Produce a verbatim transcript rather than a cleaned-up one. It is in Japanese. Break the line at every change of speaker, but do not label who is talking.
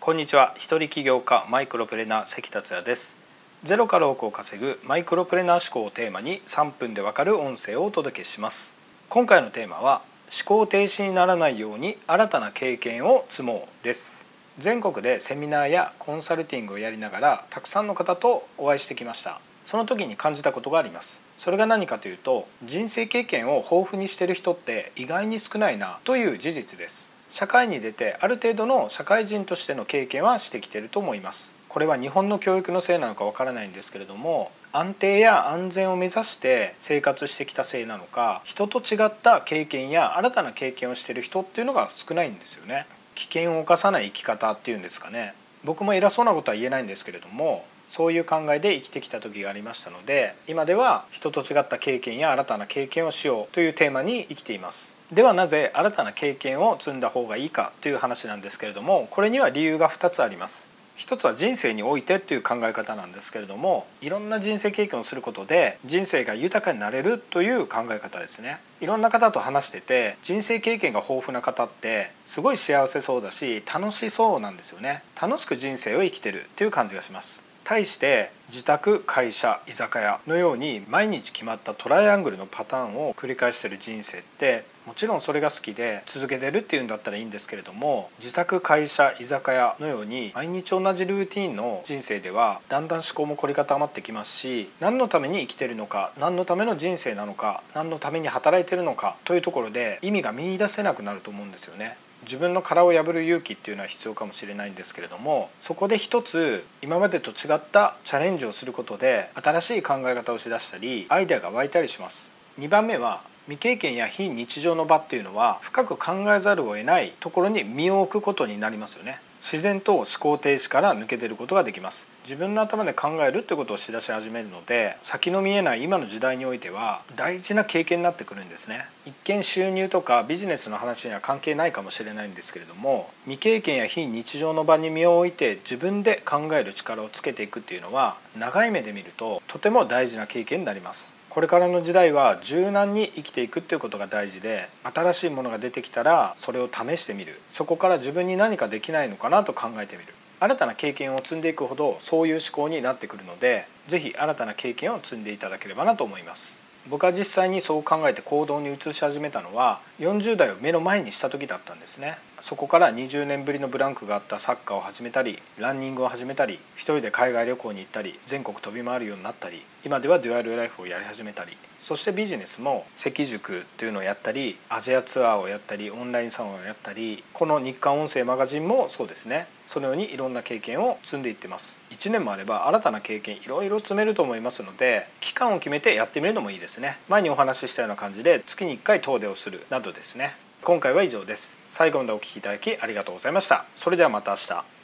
こんにちは。一人起業家マイクロプレナー関達也です。ゼロから億を稼ぐマイクロプレナー思考をテーマにさんぷんでわかる音声をお届けします。今回のテーマは思考停止にならないように新たな経験を積もうです。全国でセミナーやコンサルティングをやりながらたくさんの方とお会いしてきました。その時に感じたことがあります。それが何かというと、人生経験を豊富にしている人って意外に少ないなという事実です。社会に出てある程度の社会人としての経験はしてきていると思います。これは日本の教育のせいなのかわからないんですけれども、安定や安全を目指して生活してきたせいなのか、人と違った経験や新たな経験をしている人っていうのが少ないんですよね。危険を冒さない生き方っていうんですかね。僕も偉そうなことは言えないんですけれども、そういう考えで生きてきた時がありましたので、今では人と違った経験や新たな経験をしようというテーマに生きています。ではなぜ新たな経験を積んだ方がいいかという話なんですけれども、これには理由がふたつあります。一つは人生においてという考え方なんですけれども、いろんな人生経験をすることで人生が豊かになれるという考え方ですね。いろんな方と話してて、人生経験が豊富な方ってすごい幸せそうだし楽しそうなんですよね。楽しく人生を生きてるっていう感じがします。対して自宅、会社、居酒屋のように毎日決まったトライアングルのパターンを繰り返している人生って、もちろんそれが好きで続けてるっていうんだったらいいんですけれども、自宅、会社、居酒屋のように毎日同じルーティンの人生ではだんだん思考も凝り固まってきますし、何のために生きてるのか、何のための人生なのか、何のために働いてるのかというところで意味が見出せなくなると思うんですよね。自分の殻を破る勇気っていうのは必要かもしれないんですけれども、そこで一つ今までと違ったチャレンジをすることで新しい考え方をしだしたりアイデアが湧いたりします。にばんめは未経験や非日常の場っていうのは深く考えざるを得ないところに身を置くことになりますよね。自然と思考停止から抜け出ることができます。自分の頭で考えるってことをしだし始めるので、先の見えない今の時代においては大事な経験になってくるんですね。一見収入とかビジネスの話には関係ないかもしれないんですけれども、未経験や非日常の場に身を置いて自分で考える力をつけていくっていうのは、長い目で見るととても大事な経験になります。これからの時代は柔軟に生きていくっていうことが大事で、新しいものが出てきたらそれを試してみる、そこから自分に何かできないのかなと考えてみる、新たな経験を積んでいくほどそういう思考になってくるので、ぜひ新たな経験を積んでいただければなと思います。僕は実際にそう考えて行動に移し始めたのはよんじゅう代を目の前にした時だったんですね。そこからにじゅうねんぶりのブランクがあったサッカーを始めたり、ランニングを始めたり、一人で海外旅行に行ったり、全国飛び回るようになったり、今ではデュアルライフをやり始めたり、そしてビジネスも関塾というのをやったり、アジアツアーをやったり、オンラインサロンをやったり、この日刊音声マガジンもそうですね。そのようにいろんな経験を積んでいってます。いちねんもあれば新たな経験いろいろ積めると思いますので、期間を決めてやってみるのもいいですね。前にお話ししたような感じで月にいっかい遠出をするなどですね。今回は以上です。最後までお聞きいただきありがとうございました。それではまた明日。